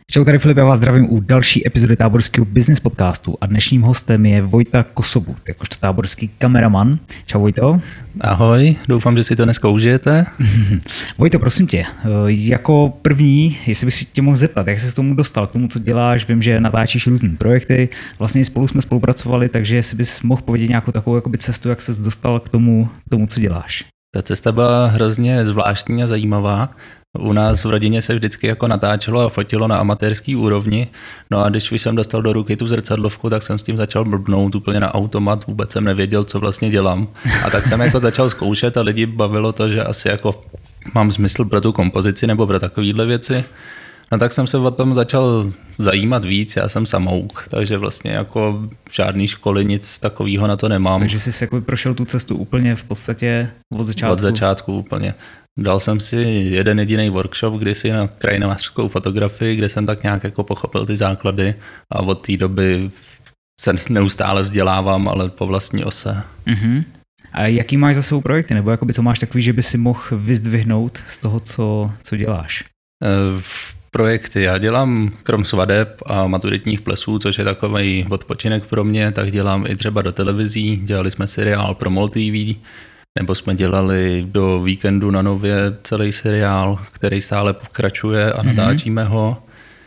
Čau, tady Filip, já vás zdravím u další epizody táborského business podcastu a dnešním hostem je Vojta Kosobut, jakožto táborský kameraman. Čau Vojto. Ahoj, doufám, že si to dneska užijete. Vojto, prosím tě, jako první, jestli bych si tě mohl zeptat, jak jsi s tomu dostal, k tomu, co děláš, vím, že natáčíš různé projekty, vlastně spolu jsme spolupracovali, takže jestli bys mohl povědět nějakou takovou jakoby cestu, jak ses dostal k tomu, co děláš. Ta cesta byla hrozně zvláštní a zajímavá. U nás v rodině se vždycky jako natáčelo a fotilo na amatérský úrovni. No a když už jsem dostal do ruky tu zrcadlovku, tak jsem s tím začal blbnout úplně na automat, vůbec jsem nevěděl, co vlastně dělám. A tak jsem jako začal zkoušet a lidi bavilo to, že asi jako mám smysl pro tu kompozici nebo pro takovéhle věci. No tak jsem se o tom začal zajímat víc, já jsem samouk, takže vlastně jako žádný školy, nic takového na to nemám. Takže jsi jako prošel tu cestu úplně v podstatě od začátku? Od začátku úplně. Dal jsem si jeden jediný workshop kdysi na krajinářskou fotografii, kde jsem tak nějak jako pochopil ty základy a od té doby se neustále vzdělávám, ale po vlastní ose. Uh-huh. A jaký máš za sebou projekty, nebo jakoby co máš takový, že by si mohl vyzdvihnout z toho, co děláš? Projekty. Já dělám krom svadeb a maturitních plesů, což je takový odpočinek pro mě, tak dělám i třeba do televizí. Dělali jsme seriál pro MOL TV, nebo jsme dělali do víkendu na Nově celý seriál, který stále pokračuje a natáčíme ho.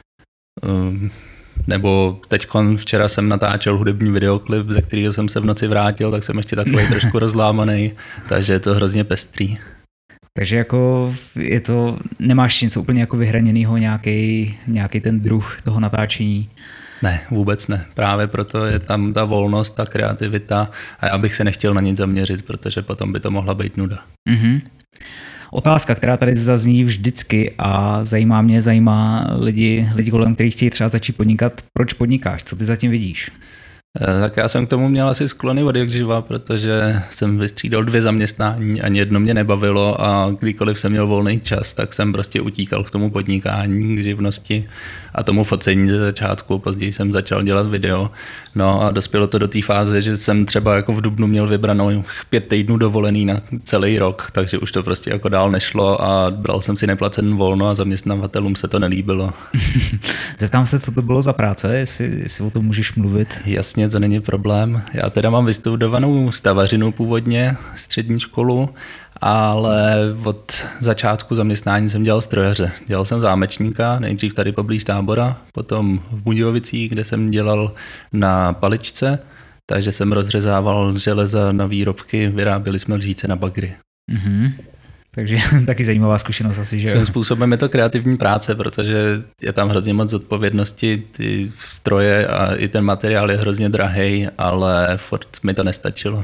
Nebo včera jsem natáčel hudební videoklip, ze kterého jsem se v noci vrátil, tak jsem ještě takový trošku rozlámaný, takže je to hrozně pestrý. Takže jako je to, nemáš něco úplně jako vyhraněnýho, nějaký ten druh toho natáčení? Ne, vůbec ne. Právě proto je tam ta volnost, ta kreativita a já bych se nechtěl na nic zaměřit, protože potom by to mohla být nuda. Mm-hmm. Otázka, která tady zazní vždycky a zajímá lidi kolem, kteří chtějí třeba začít podnikat. Proč podnikáš? Co ty zatím vidíš? Tak já jsem k tomu měl asi sklony od jak živa, protože jsem vystřídal 2 zaměstnání, ani jedno mě nebavilo a kdykoliv jsem měl volný čas, tak jsem prostě utíkal k tomu podnikání, k živnosti a tomu focení ze začátku. Později jsem začal dělat video. No a dospělo to do té fáze, že jsem třeba jako v dubnu měl vybranou 5 týdnů dovolený na celý rok, takže už to prostě jako dál nešlo a bral jsem si neplacený volno a zaměstnavatelům se to nelíbilo. Zeptám se, co to bylo za práce, jestli o tom můžeš mluvit. Jasně, to není problém. Já teda mám vystudovanou stavařinu původně, střední školu, ale od začátku zaměstnání jsem dělal strojaře. Dělal jsem zámečníka, nejdřív tady poblíž Tábora, potom v Budějovicích, kde jsem dělal na paličce, takže jsem rozřezával železa na výrobky, vyráběli jsme lžíce na bagry. Mm-hmm. Takže taky zajímavá zkušenost asi, že? Svým způsobem je to kreativní práce, protože je tam hrozně moc zodpovědnosti, ty stroje a i ten materiál je hrozně drahej, ale furt mi to nestačilo.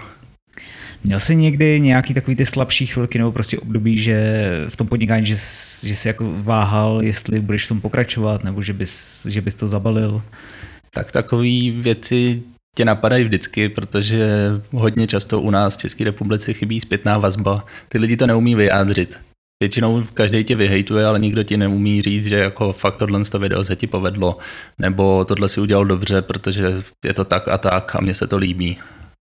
Měl jsi někdy nějaký takový ty slabší chvilky nebo prostě období, že v tom podnikání, že jsi jako váhal, jestli budeš v tom pokračovat nebo že bys to zabalil? Tak takový věci tě napadají vždycky, protože hodně často u nás v České republice chybí zpětná vazba. Ty lidi to neumí vyjádřit. Většinou každý tě vyhejtuje, ale nikdo ti neumí říct, že jako fakt tohle video se ti povedlo, nebo tohle si udělal dobře, protože je to tak a mně se to líbí.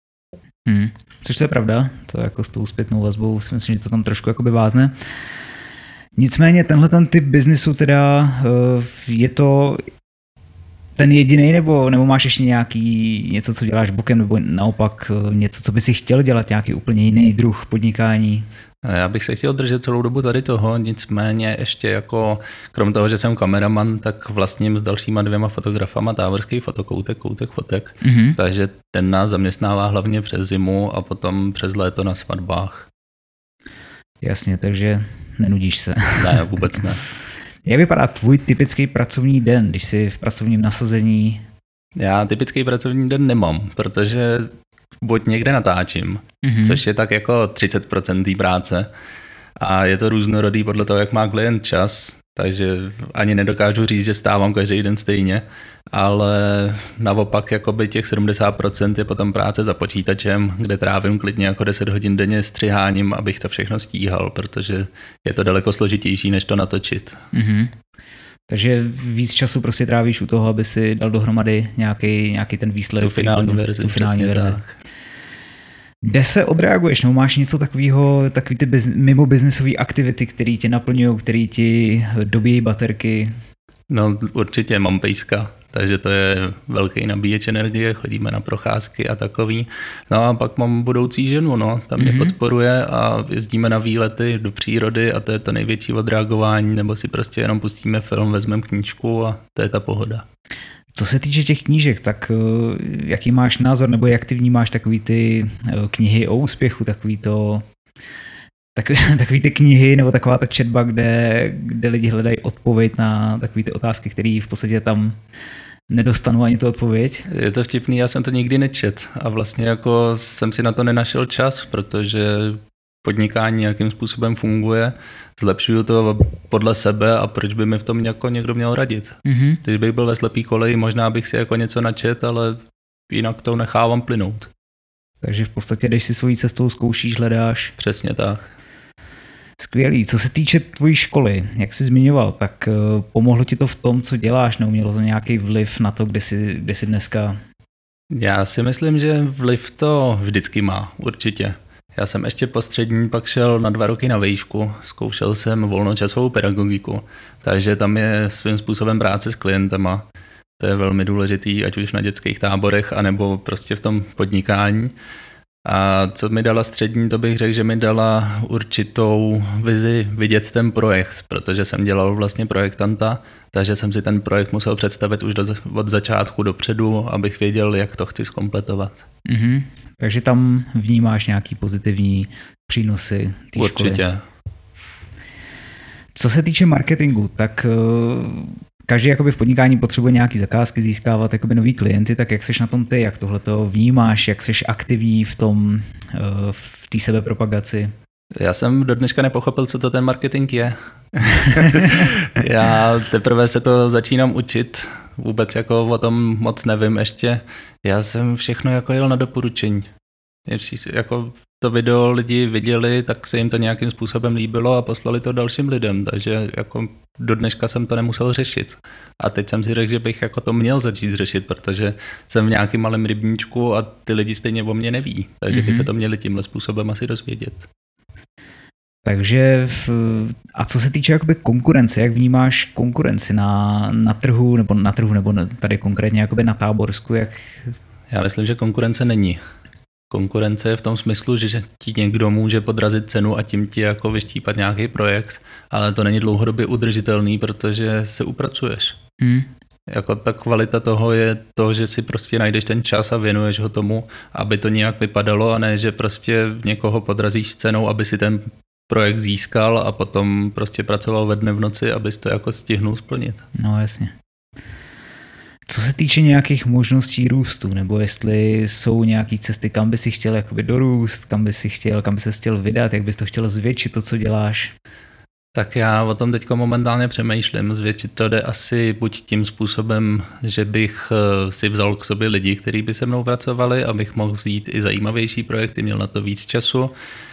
Což to je pravda, to jako s tou zpětnou vazbou si myslím, že to tam trošku jakoby vázne. Nicméně tenhle ten typ biznisu teda je to ten jediný, nebo máš ještě něco, co děláš bokem, nebo naopak něco, co by si chtěl dělat, nějaký úplně jiný druh podnikání? Já bych se chtěl držet celou dobu tady toho, nicméně ještě jako krom toho, že jsem kameraman, tak vlastním s dalšíma 2 fotografama táborský fotokoutek, Koutek fotek, takže ten nás zaměstnává hlavně přes zimu a potom přes léto na svatbách. Jasně, takže nenudíš se. Ne, vůbec ne. Jak vypadá tvůj typický pracovní den, když jsi v pracovním nasazení? Já typický pracovní den nemám, protože buď někde natáčím, což je tak jako 30% té práce a je to různorodý podle toho, jak má klient čas, takže ani nedokážu říct, že stávám každý den stejně, ale naopak jakoby těch 70% je potom práce za počítačem, kde trávím klidně jako 10 hodin denně střiháním, abych to všechno stíhal, protože je to daleko složitější, než to natočit. Takže víc času prostě trávíš u toho, aby si dal dohromady nějaký ten výsledek. Tu finální verzi. Kde se odreaguješ? Nebo máš něco takového, takový ty mimo biznesové aktivity, které tě naplňují, které ti dobíjí baterky? No určitě mám pejska, takže to je velký nabíječ energie, chodíme na procházky a takový. No a pak mám budoucí ženu, no, ta mě podporuje a jezdíme na výlety do přírody a to je to největší odreagování, nebo si prostě jenom pustíme film, vezmeme knížku a to je ta pohoda. Co se týče těch knížek, tak jaký máš názor, nebo jak ty vnímáš takový ty knihy o úspěchu, takový ty knihy nebo taková ta četba, kde lidi hledají odpověď na takové ty otázky, které v podstatě tam nedostanou ani tu odpověď? Je to vtipný, já jsem to nikdy nečet a vlastně jako jsem si na to nenašel čas, protože podnikání nějakým způsobem funguje, zlepšuju to podle sebe a proč by mi v tom jako někdo měl radit. Mm-hmm. Když bych byl ve slepý koleji, možná bych si jako něco načet, ale jinak to nechávám plynout. Takže v podstatě jdeš si svojí cestou, zkoušíš, hledáš. Přesně tak. Skvělý. Co se týče tvojí školy, jak jsi zmiňoval, tak pomohlo ti to v tom, co děláš, nebo mělo to nějaký vliv na to, kde jsi dneska? Já si myslím, že vliv to vždycky má, určitě. Já jsem ještě po střední pak šel na 2 roky na výšku, zkoušel jsem volnočasovou pedagogiku, takže tam je svým způsobem práce s klientama. To je velmi důležitý, ať už na dětských táborech, anebo prostě v tom podnikání. A co mi dala střední, to bych řekl, že mi dala určitou vizi vidět ten projekt, protože jsem dělal vlastně projektanta, takže jsem si ten projekt musel představit už od začátku dopředu, abych věděl, jak to chci zkompletovat. Mm-hmm. Takže tam vnímáš nějaký pozitivní přínosy té školy? Určitě. Co se týče marketingu, tak každý jakoby v podnikání potřebuje nějaký zakázky, získávat jakoby nový klienty, tak jak seš na tom ty, jak tohleto vnímáš, jak seš aktivní v té sebepropagaci? Já jsem do dneška nepochopil, co to ten marketing je. Já teprve se to začínám učit, vůbec jako o tom moc nevím ještě. Já jsem všechno jako jel na doporučení. Jako to video lidi viděli, tak se jim to nějakým způsobem líbilo a poslali to dalším lidem, takže jako do dneška jsem to nemusel řešit. A teď jsem si řekl, že bych jako to měl začít řešit, protože jsem v nějakém malém rybníčku a ty lidi stejně o mě neví, takže by se to měli tímhle způsobem asi dozvědět. Takže a co se týče jakoby konkurence, jak vnímáš konkurenci na trhu nebo tady konkrétně jakoby na Táborsku? Já myslím, že konkurence není. Konkurence je v tom smyslu, že ti někdo může podrazit cenu a tím ti jako vyštípat nějaký projekt, ale to není dlouhodobě udržitelný, protože se upracuješ. Jako ta kvalita toho je to, že si prostě najdeš ten čas a věnuješ ho tomu, aby to nějak vypadalo a ne, že prostě někoho podrazíš s cenou, aby si ten projekt získal a potom prostě pracoval ve dne v noci, abys to jako stihnul splnit. No jasně. Co se týče nějakých možností růstu, nebo jestli jsou nějaké cesty, kam by si chtěl jakoby dorůst, kam by se chtěl vydat, jak bys to chtěl zvětšit to, co děláš? Tak já o tom teďko momentálně přemýšlím. Zvětšit to jde asi buď tím způsobem, že bych si vzal k sobě lidi, kteří by se mnou pracovali, abych mohl vzít i zajímavější projekty, měl na to víc času.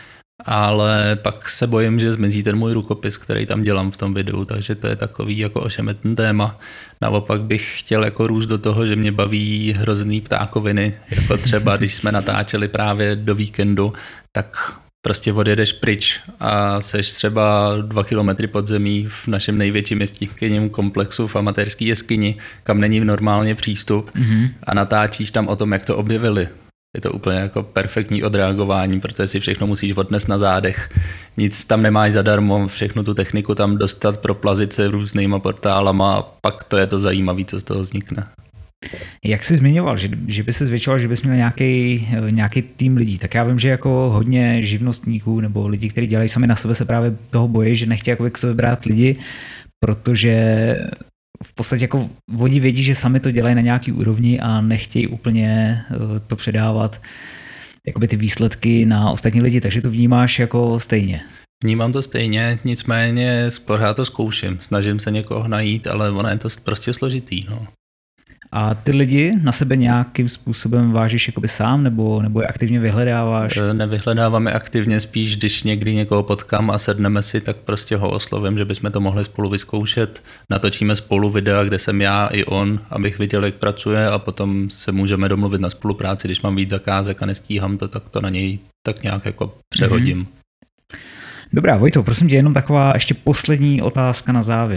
Ale pak se bojím, že zmizí ten můj rukopis, který tam dělám v tom videu, takže to je takový jako ošemetný téma. Naopak bych chtěl jako růst do toho, že mě baví hrozný ptákoviny, jako třeba když jsme natáčeli právě do víkendu, tak prostě odjedeš pryč a seš třeba 2 kilometry pod zemí v našem největším jeskyním komplexu v amatérský jeskyni, kam není normálně přístup a natáčíš tam o tom, jak to objevili. Je to úplně jako perfektní odreagování, protože si všechno musíš odnést na zádech. Nic tam nemáš zadarmo, všechnu tu techniku tam dostat, proplazit se různýma portálama a pak to je to zajímavé, co z toho vznikne. Jak jsi zmiňoval, že by se zvětšoval, že bys měl nějaký tým lidí, tak já vím, že jako hodně živnostníků nebo lidí, kteří dělají sami na sebe, se právě toho bojí, že nechtějí jako k sobě brát lidi, protože v podstatě jako oni vědí, že sami to dělají na nějaký úrovni a nechtějí úplně to předávat jakoby ty výsledky na ostatní lidi, takže to vnímáš jako stejně. Vnímám to stejně, nicméně pořád to zkouším, snažím se někoho najít, ale ono je to prostě složitý. No. A ty lidi na sebe nějakým způsobem vážíš jakoby sám nebo je aktivně vyhledáváš? Nevyhledáváme aktivně, spíš když někdy někoho potkám a sedneme si, tak prostě ho oslovím, že bychom to mohli spolu vyzkoušet. Natočíme spolu videa, kde jsem já i on, abych viděl, jak pracuje a potom se můžeme domluvit na spolupráci. Když mám víc zakázek a nestíhám to, tak to na něj tak nějak jako přehodím. Dobrá, Vojto, prosím tě, jenom taková ještě poslední otázka na závěr.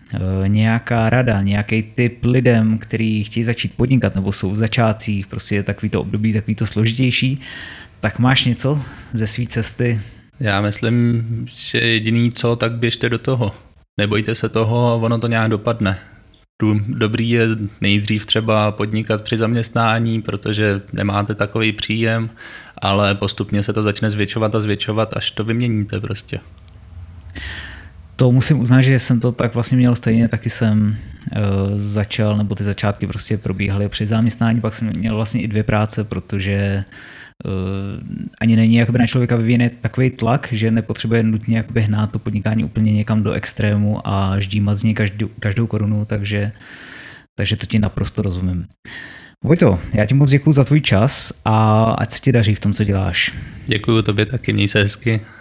nějaká rada, nějaký tip lidem, kteří chtějí začít podnikat nebo jsou v začátcích, prostě je takový to období, takový to složitější, tak máš něco ze své cesty? Já myslím, že jediný co, tak běžte do toho. Nebojte se toho, ono to nějak dopadne. Dobrý je nejdřív třeba podnikat při zaměstnání, protože nemáte takový příjem, ale postupně se to začne zvětšovat, až to vyměníte prostě. To musím uznat, že jsem to tak vlastně měl stejně, taky jsem začal, nebo ty začátky prostě probíhaly při zaměstnání, pak jsem měl vlastně i 2 práce, protože ani není jakoby na člověka vyvíjen takový tlak, že nepotřebuje nutně jakoby hnát to podnikání úplně někam do extrému a ždímat z něj každou korunu, takže to ti naprosto rozumím. Vojto, já ti moc děkuju za tvůj čas a ať se ti daří v tom, co děláš. Děkuju tobě taky, měj se hezky.